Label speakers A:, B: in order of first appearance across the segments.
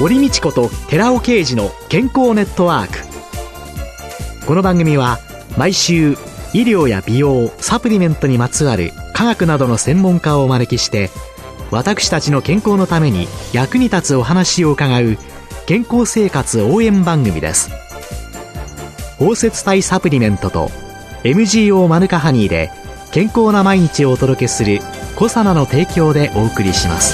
A: 堀道子と寺尾啓二の健康ネットワーク。この番組は毎週医療や美容、サプリメントにまつわる科学などの専門家をお招きして、私たちの健康のために役に立つお話を伺う健康生活応援番組です。包摂体サプリメントと MGO マヌカハニーで健康な毎日をお届けするコサナの提供でお送りします。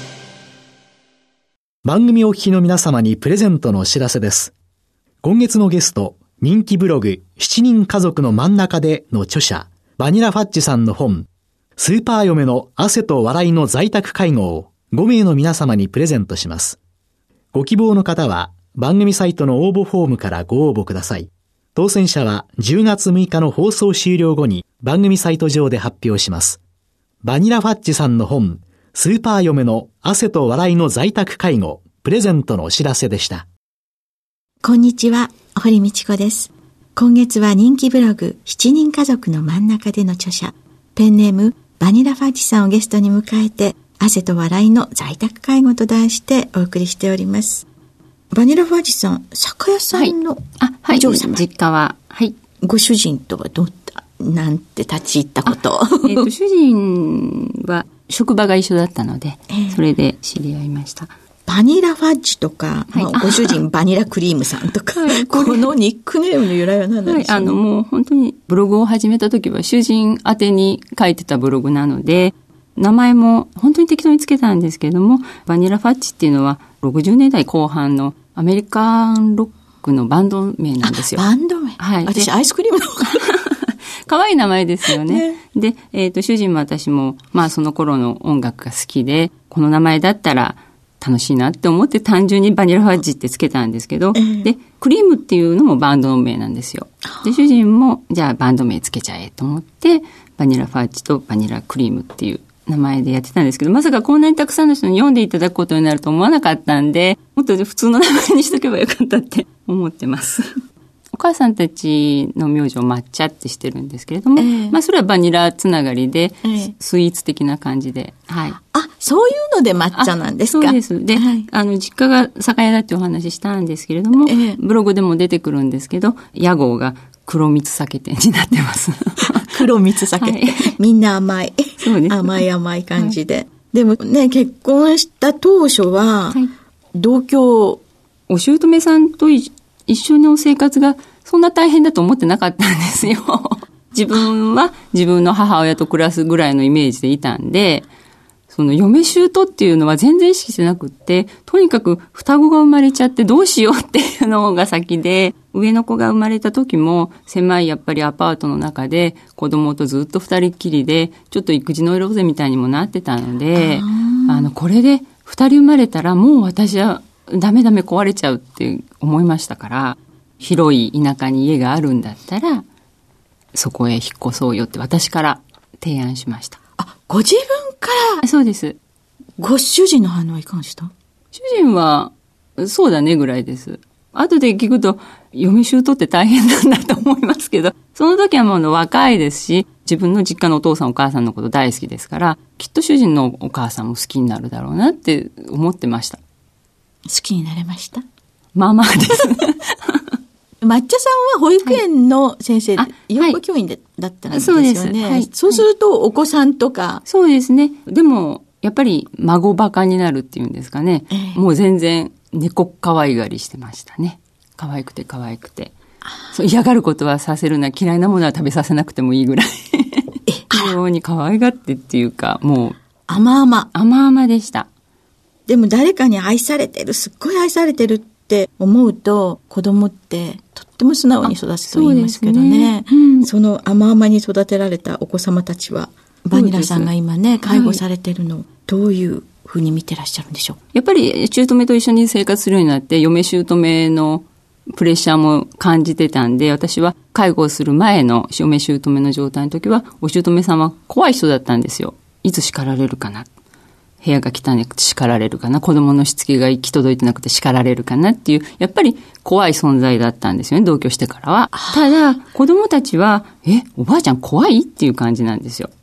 A: 番組お聞きの皆様にプレゼントのお知らせです。今月のゲスト、人気ブログ7人家族の真ん中での著者バニラファッジさんの本、スーパー嫁の汗と笑いの在宅介護を5名の皆様にプレゼントします。ご希望の方は番組サイトの応募フォームからご応募ください。当選者は10月6日の放送終了後に番組サイト上で発表します。バニラファッジさんの本、スーパー嫁の汗と笑いの在宅介護、プレゼントのお知らせでした。
B: こんにちは、堀道子です。今月は人気ブログ7人家族の真ん中での著者、ペンネームバニラファッジさんをゲストに迎えて、汗と笑いの在宅介護と題してお送りしております。バニラファッジさん、酒屋さんのお嬢様、
C: 実家は、
B: ご主人とはどうなんて立ち入ったこと。
C: 主人は職場が一緒だったので、それで知り合いました。
B: バニラファッジとか、ご主人バニラクリームさんとか、このニックネームの由来は何なんでしょう、
C: もう本当にブログを始めた時は主人宛てに書いてたブログなので、名前も本当に適当につけたんですけれども、バニラファッジっていうのは60年代後半のアメリカンロックのバンド名なんですよ。
B: バンド名、私アイスクリームの方が
C: 可愛い名前ですよね。で、主人も私も、その頃の音楽が好きで、この名前だったら楽しいなって思って単純にバニラファッジってつけたんですけど、で、クリームっていうのもバンド名なんですよ。で、主人も、じゃあバンド名つけちゃえと思って、バニラファッジとバニラクリームっていう名前でやってたんですけど、まさかこんなにたくさんの人に読んでいただくことになると思わなかったんで、もっと普通の名前にしとけばよかったって思ってます。お母さんたちの名字を抹茶ってしてるんですけれども、それはバニラつながりで、スイーツ的な感じで、
B: そういうので抹茶なんですか？
C: そうです。で、実家が酒屋だってお話ししたんですけれども、ブログでも出てくるんですけど、屋号が黒蜜酒店になってます。
B: 黒蜜酒店、みんな甘い。そうです。甘い感じで。でもね、結婚した当初は、同居、
C: お姑さんと一緒の生活がそんな大変だと思ってなかったんですよ。自分は自分の母親と暮らすぐらいのイメージでいたんで、その嫁姑っていうのは全然意識してなくって、とにかく双子が生まれちゃってどうしようっていうのが先で、上の子が生まれた時も狭いやっぱりアパートの中で子供とずっと二人っきりで、ちょっと育児ノイローゼみたいにもなってたので、これで二人生まれたらもう私はダメ壊れちゃうって思いましたから、広い田舎に家があるんだったらそこへ引っ越そうよって私から提案しました。
B: ご自分から？
C: そうです。
B: ご主人の反応はいかがでした？
C: 主人はそうだねぐらいです。後で聞くと嫁姑って大変なんだと思いますけど、その時はもう若いですし、自分の実家のお父さんお母さんのこと大好きですから、きっと主人のお母さんも好きになるだろうなって思ってました。
B: 好きになれました？
C: まあです
B: 抹茶さんは保育園の先生で、養護教員だったんですよね。そうです。そうするとお子さんとか。
C: そうですね。でもやっぱり孫バカになるっていうんですかね。もう全然猫可愛がりしてましたね。可愛くて。そう嫌がることはさせるな、嫌いなものは食べさせなくてもいいぐらい。非常に可愛がってっていうか、もう甘々でした。
B: でも誰かに愛されてる、すっごい愛されてるって思うと、子供ってとっても素直に育つと言いますけどね。その甘々に育てられたお子様たちは、バニラさんが今ね、介護されてるのをどういうふうに見てらっしゃるんでしょう？
C: やっぱり姑と一緒に生活するようになって、嫁姑のプレッシャーも感じてたんで、私は介護をする前の嫁姑の状態の時は、お姑さんは怖い人だったんですよ。いつ叱られるかな。部屋が汚くて叱られるかな、子供のしつけが行き届いてなくて叱られるかなっていう、やっぱり怖い存在だったんですよね、同居してからは。ただ子供たちはおばあちゃん怖いっていう感じなんですよ。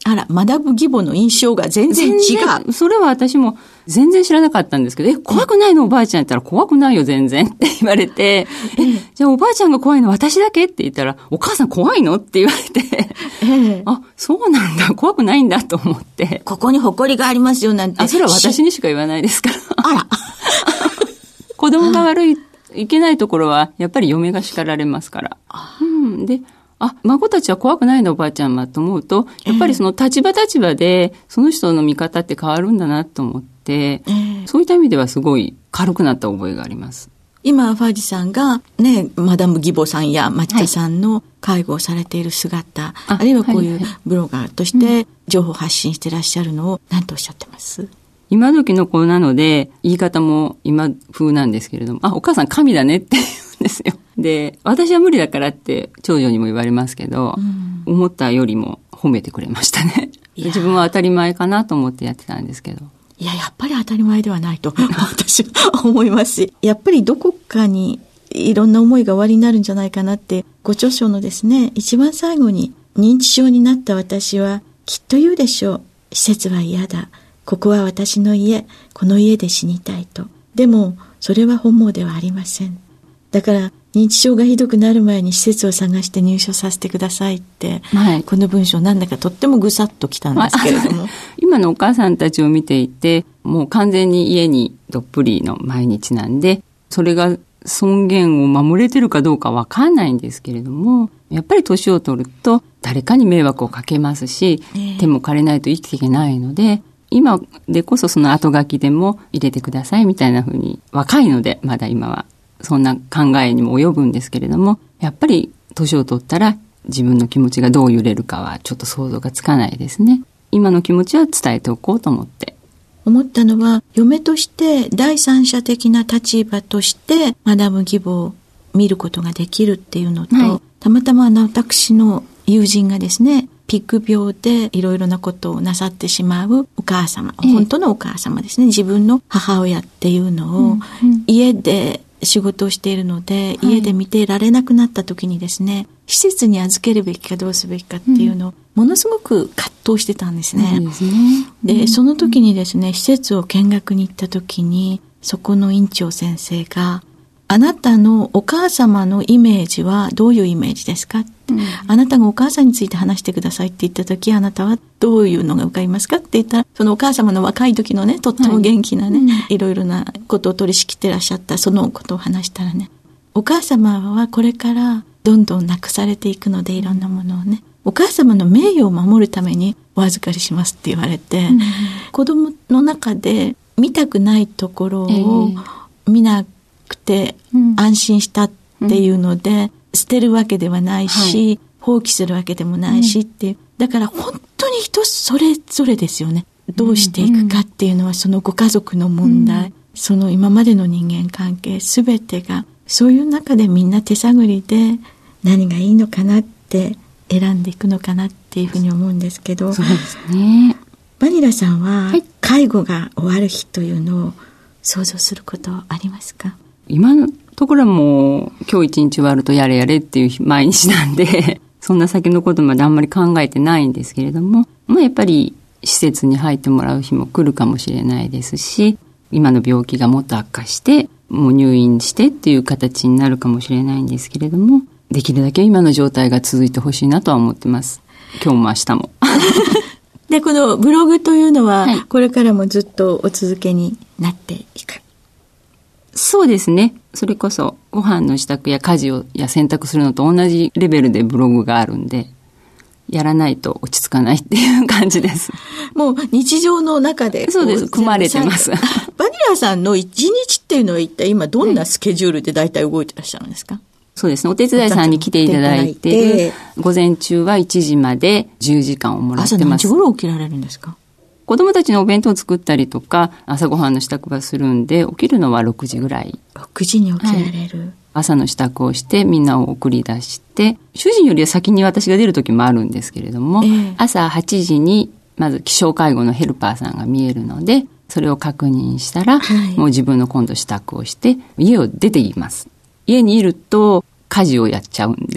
B: あら、マダム義母の印象が全然違う。
C: それは私も全然知らなかったんですけど、怖くないのおばあちゃんって言ったら、怖くないよ全然って言われて、じゃあおばあちゃんが怖いの私だけって言ったら、お母さん怖いのって言われて、あ、そうなんだ、怖くないんだと思って。
B: ここに埃がありますよなんて。
C: それは私にしか言わないですから。
B: あら。
C: 子供が悪いけないところは、やっぱり嫁が叱られますから。で、孫たちは怖くないのおばあちゃんはと思うと、やっぱりその立場で、その人の見方って変わるんだなと思って、そういった意味ではすごい軽くなった覚えがあります。
B: 今、ファージさんがね、マダム義母さんや町田さんの介護をされている姿、あるいはこういうブロガーとして情報発信してらっしゃるのを何とおっしゃってます？
C: 今時の子なので、言い方も今風なんですけれども、お母さん神だねって言うんですよ。で、私は無理だからって長女にも言われますけど、思ったよりも褒めてくれましたね。自分は当たり前かなと思ってやってたんですけど。
B: いや、やっぱり当たり前ではないと私は思いますし、やっぱりどこかにいろんな思いが終わりになるんじゃないかなって、ご著書のですね、一番最後に、認知症になった私はきっと言うでしょう。施設は嫌だ。ここは私の家。この家で死にたいと。でも、それは本望ではありません。だから、認知症がひどくなる前に施設を探して入所させてくださいって、この文章なんだかとってもぐさっときたんですけれども。
C: 今のお母さんたちを見ていて、もう完全に家にどっぷりの毎日なんで、それが尊厳を守れてるかどうかわかんないんですけれども、やっぱり年を取ると誰かに迷惑をかけますし、手も借りないと生きていけないので、今でこそその後書きでも入れてくださいみたいな風に、若いのでまだ今はそんな考えにも及ぶんですけれども、やっぱり年を取ったら自分の気持ちがどう揺れるかはちょっと想像がつかないですね。今の気持ちは伝えておこうと思った
B: のは、嫁として第三者的な立場としてマダム義母を見ることができるっていうのと、たまたま私の友人がですね、ピッグ病でいろいろなことをなさってしまうお母様、本当のお母様ですね、自分の母親っていうのを家で仕事をしているので、家で見てられなくなった時にですね、施設に預けるべきかどうすべきかっていうのをものすごく葛藤してたんですね。で、その時にですね、施設を見学に行った時に、そこの院長先生が、あなたのお母様のイメージはどういうイメージですか？あなたがお母さんについて話してくださいって言った時、あなたはどういうのが浮かびますかって言ったら、そのお母様の若い時のね、とっても元気なね、いろいろなことを取り仕切ってらっしゃったそのことを話したらね、お母様はこれからどんどんなくされていくので、いろんなものをね、お母様の名誉を守るためにお預かりしますって言われて、子供の中で見たくないところを見なくて安心したっていうので、捨てるわけではないし、放棄するわけでもないしっていう、だから本当に人それぞれですよね。どうしていくかっていうのは、そのご家族の問題、その今までの人間関係すべてが、そういう中でみんな手探りで何がいいのかなって選んでいくのかなっていうふうに思うんですけど、
C: そうですね。
B: バニラさんは介護が終わる日というのを想像することありますか？
C: 今のところはもう今日一日終わるとやれやれっていう毎日なんでそんな先のことまであんまり考えてないんですけれども、やっぱり施設に入ってもらう日も来るかもしれないですし、今の病気がもっと悪化してもう入院してっていう形になるかもしれないんですけれども、できるだけ今の状態が続いてほしいなとは思ってます。今日も明日も
B: で、このブログというのは、これからもずっとお続けになっていく？
C: そうですね。それこそご飯の支度や家事をや洗濯するのと同じレベルでブログがあるんで、やらないと落ち着かないっていう感じです。
B: もう日常の中で。
C: そうです。組まれてます。
B: バニラさんの一日っていうのは一体今どんなスケジュールで大体動いてらっしゃるんですか？
C: そうですね。お手伝いさんに来ていただいて、午前中は1時まで10時間をもらってます。
B: 朝何時頃起きられるんですか？
C: 子供たちのお弁当を作ったりとか、朝ごはんの支度はするんで、起きるのは6時ぐらい。
B: 6時に起きられる。
C: 朝の支度をしてみんなを送り出して、主人よりは先に私が出る時もあるんですけれども、朝8時にまず気象介護のヘルパーさんが見えるので、それを確認したら、もう自分の今度支度をして家を出ています。家にいると家事をやっちゃうんで、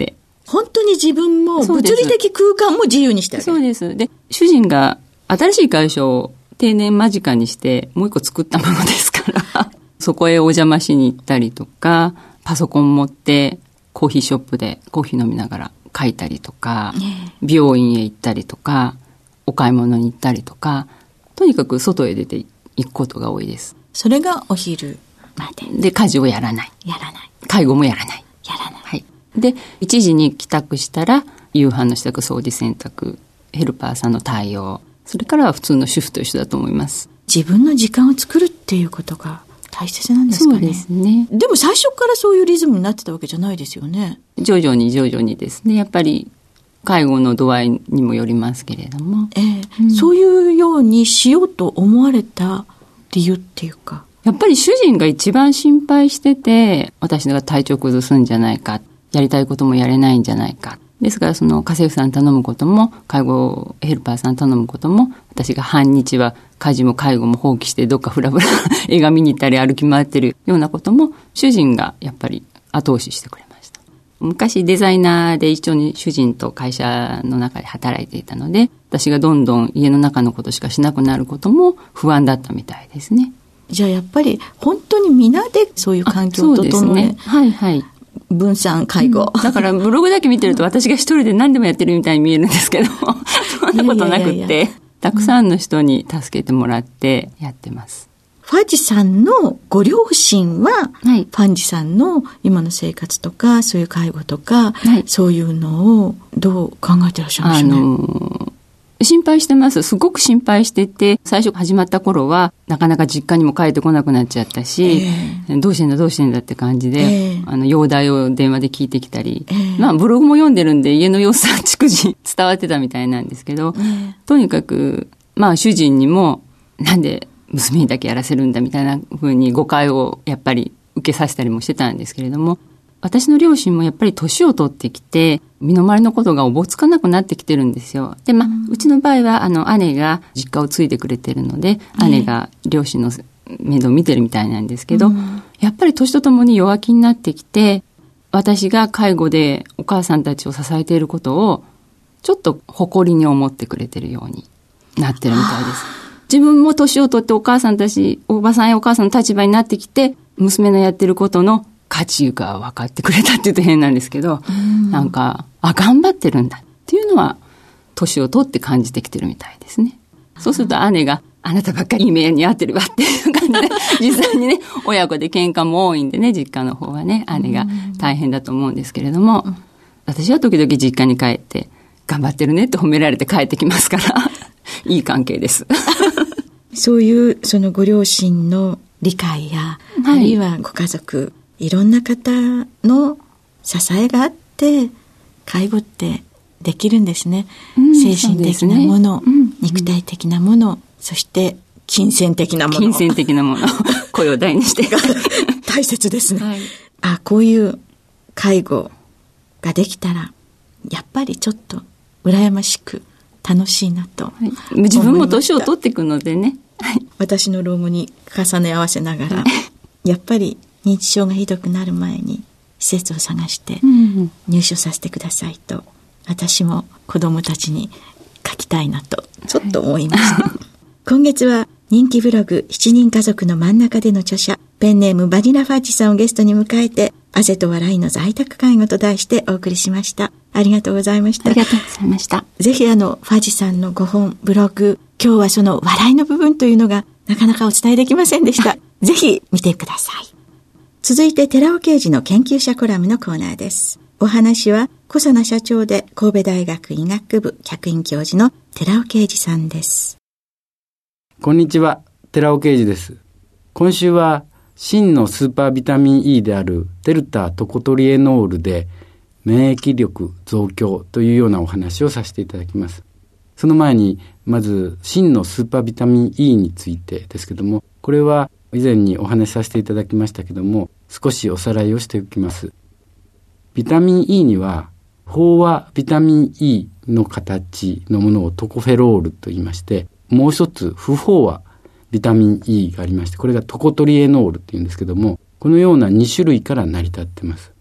B: 本当に自分も物理的空間も自由にしてあげる。
C: そうです。で、主人が新しい会社を定年間近にしてもう一個作ったものですからそこへお邪魔しに行ったりとか、パソコン持ってコーヒーショップでコーヒー飲みながら書いたりとか、美容院へ行ったりとか、お買い物に行ったりとか、とにかく外へ出て行くことが多いです。
B: それがお昼まで。
C: で、家事をやらない。
B: やらない。
C: 介護もやらない。
B: やらない。
C: はい。で、1時に帰宅したら、夕飯の支度、掃除、洗濯、ヘルパーさんの対応。それからは普通の主婦と一緒だと思います。
B: 自分の時間を作るっていうことが大切なんですかね。
C: そうですね。
B: でも最初からそういうリズムになってたわけじゃないですよね。
C: 徐々にですね。やっぱり介護の度合いにもよりますけれども、
B: そういうようにしようと思われた理由っていうか、
C: やっぱり主人が一番心配してて、私が体調崩すんじゃないか、やりたいこともやれないんじゃないか。ですからその家政婦さん頼むことも、介護ヘルパーさん頼むことも、私が半日は家事も介護も放棄してどっかフラフラ映画見に行ったり歩き回ってるようなことも、主人がやっぱり後押ししてくれました。昔デザイナーで一緒に主人と会社の中で働いていたので、私がどんどん家の中のことしかしなくなることも不安だったみたいですね。
B: じゃあやっぱり本当に皆でそういう環境を整え、
C: そうですね、はいはい、
B: 分散介護、
C: だからブログだけ見てると私が一人で何でもやってるみたいに見えるんですけどそんなことなくってたくさんの人に助けてもらってやってます。
B: ファジさんのご両親は、はい、ファンジさんの今の生活とかそういう介護とか、はい、そういうのをどう考えてらっしゃるんでしょうね。
C: 心配してます。すごく心配してて、最初始まった頃はなかなか実家にも帰ってこなくなっちゃったし、どうしてんだって感じで、容体を電話で聞いてきたり、まあブログも読んでるんで家の様子は逐次伝わってたみたいなんですけど、とにかくまあ主人にもなんで娘にだけやらせるんだみたいな風に誤解をやっぱり受けさせたりもしてたんですけれども、私の両親もやっぱり年を取ってきて身の回りのことがおぼつかなくなってきてるんですよ。で、まあ、うちの場合は姉が実家を継いでくれてるので、姉が両親の面倒を見てるみたいなんですけど、やっぱり年とともに弱気になってきて、私が介護でお母さんたちを支えていることをちょっと誇りに思ってくれてるようになってるみたいです。自分も年を取ってお母さんたち、おばさんやお母さんの立場になってきて、娘のやってることの価値が分かってくれたって言うと変なんですけど、なんか頑張ってるんだっていうのは年を取って感じてきてるみたいですね。そうすると姉があなたばっかり目に合ってるわっていう感じで実際にね親子で喧嘩も多いんでね、実家の方はね姉が大変だと思うんですけれども、私は時々実家に帰って頑張ってるねって褒められて帰ってきますからいい関係です
B: そういうそのご両親の理解や、あるいはご家族、いろんな方の支えがあって介護ってできるんですね。精神的なもの、肉体的なもの、そして金銭的なもの。
C: 金銭的なもの。声を大にして。
B: 大切ですね。こういう介護ができたら、やっぱりちょっと羨ましく楽しいなと、
C: 自分も年を取っていくのでね。
B: 私の老後に重ね合わせながら、やっぱり認知症がひどくなる前に施設を探して入所させてくださいと、私も子どもたちに書きたいなとちょっと思いました。今月は人気ブログ7人家族の真ん中での著者、ペンネームバニラファッジさんをゲストに迎えて、汗と笑いの在宅介護と題してお送りしました。ありがとうございました。
C: ありがとうございました。
B: ぜひファジさんの5本ブログ、今日はその笑いの部分というのがなかなかお伝えできませんでした。ぜひ見てください。続いて寺尾啓二の研究者コラムのコーナーです。お話は小佐奈社長で神戸大学医学部客員教授の寺尾啓二さんです。
D: こんにちは、寺尾啓二です。今週は真のスーパービタミン E であるデルタトコトリエノールで免疫力増強というようなお話をさせていただきます。その前にまず真のスーパービタミン E についてですけども、これは以前にお話しさせていただきましたけども、少しおさらいをしておきます。ビタミン E には飽和ビタミン E の形のものをトコフェロールと言いまして、もう一つ不飽和ビタミン E がありまして、これがトコトリエノールっていうんですけども、このような2種類から成り立っています。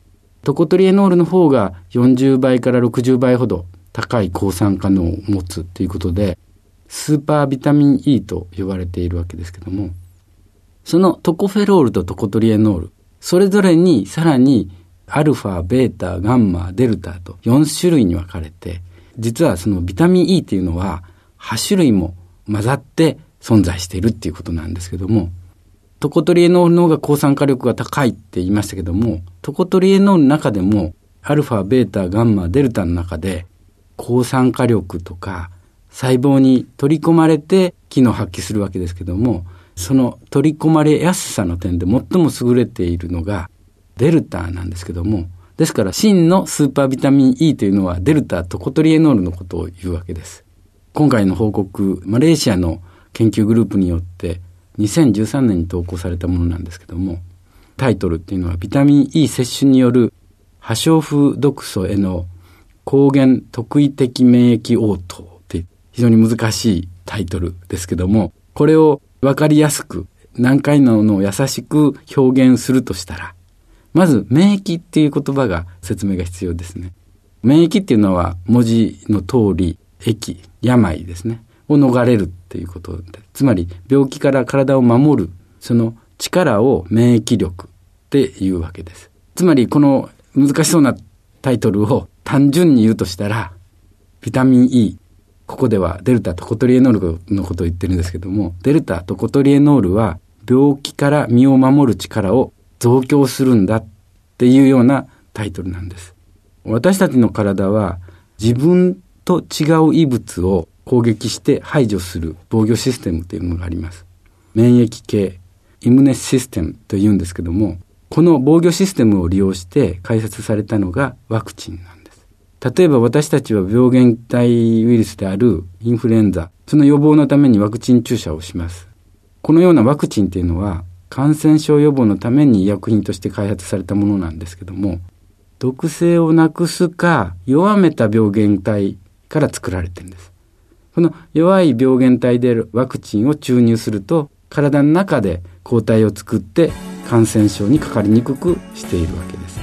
D: トコトリエノールの方が40倍から60倍ほど高い抗酸化能を持つということで、スーパービタミン E と呼ばれているわけですけども、そのトコフェロールとトコトリエノール、それぞれにさらにアルファ、ベータ、ガンマ、デルタと4種類に分かれて、実はそのビタミン E っていうのは8種類も混ざって存在しているっていうことなんですけども、トコトリエノールの方が抗酸化力が高いって言いましたけども、トコトリエノールの中でもアルファ、ベータ、ガンマ、デルタの中で抗酸化力とか細胞に取り込まれて機能を発揮するわけですけども、その取り込まれやすさの点で最も優れているのがデルタなんですけども、ですから真のスーパービタミン E というのはデルタトコトリエノールのことを言うわけです。今回の報告、マレーシアの研究グループによって2013年に投稿されたものなんですけども、タイトルっていうのはビタミン E 摂取による破傷風毒素への抗原特異的免疫応答って非常に難しいタイトルですけども、これを分かりやすく難解なのを優しく表現するとしたら、まず免疫っていう言葉が説明が必要ですね。免疫っていうのは文字の通り疫、病ですねを逃れるっていうことで、つまり病気から体を守るその力を免疫力っていうわけです。つまりこの難しそうなタイトルを単純に言うとしたら、ビタミン E、ここではデルタトコトリエノールのことを言ってるんですけども、デルタトコトリエノールは病気から身を守る力を増強するんだっていうようなタイトルなんです。私たちの体は自分と違う異物を攻撃して排除する防御システムというのがあります。免疫系、イムネシステムというんですけども、この防御システムを利用して開発されたのがワクチンなんです。例えば私たちは病原体ウイルスであるインフルエンザ、その予防のためにワクチン注射をします。このようなワクチンというのは感染症予防のために医薬品として開発されたものなんですけども、毒性をなくすか弱めた病原体から作られているんです。この弱い病原体でワクチンを注入すると、体の中で抗体を作って感染症にかかりにくくしているわけです。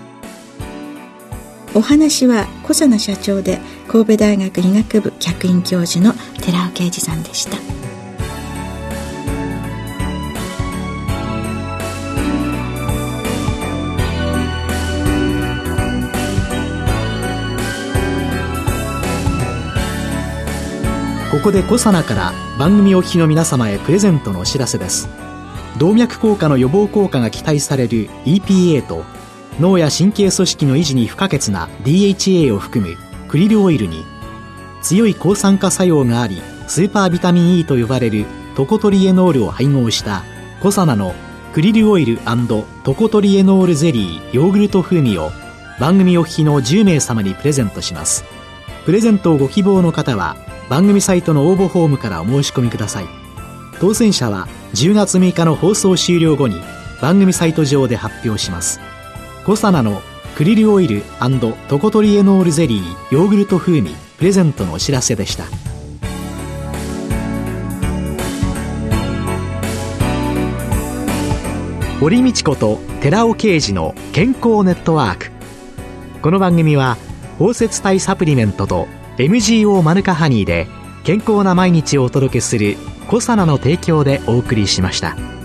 B: お話は小佐奈社長で神戸大学医学部客員教授の寺尾啓二さんでした。
A: ここでコサナから番組お聞きの皆様へプレゼントのお知らせです。動脈硬化の予防効果が期待される EPA と脳や神経組織の維持に不可欠な DHA を含むクリルオイルに強い抗酸化作用がありスーパービタミン E と呼ばれるトコトリエノールを配合したコサナのクリルオイル&トコトリエノールゼリーヨーグルト風味を番組お聞きの10名様にプレゼントします。プレゼントをご希望の方は番組サイトの応募フォームからお申し込みください。当選者は10月6日の放送終了後に番組サイト上で発表します。コサナのクリルオイル&トコトリエノールゼリーヨーグルト風味プレゼントのお知らせでした。堀道子と寺尾啓二の健康ネットワーク。この番組は包摂体サプリメントとMGO マヌカハニーで健康な毎日をお届けするコサナの提供でお送りしました。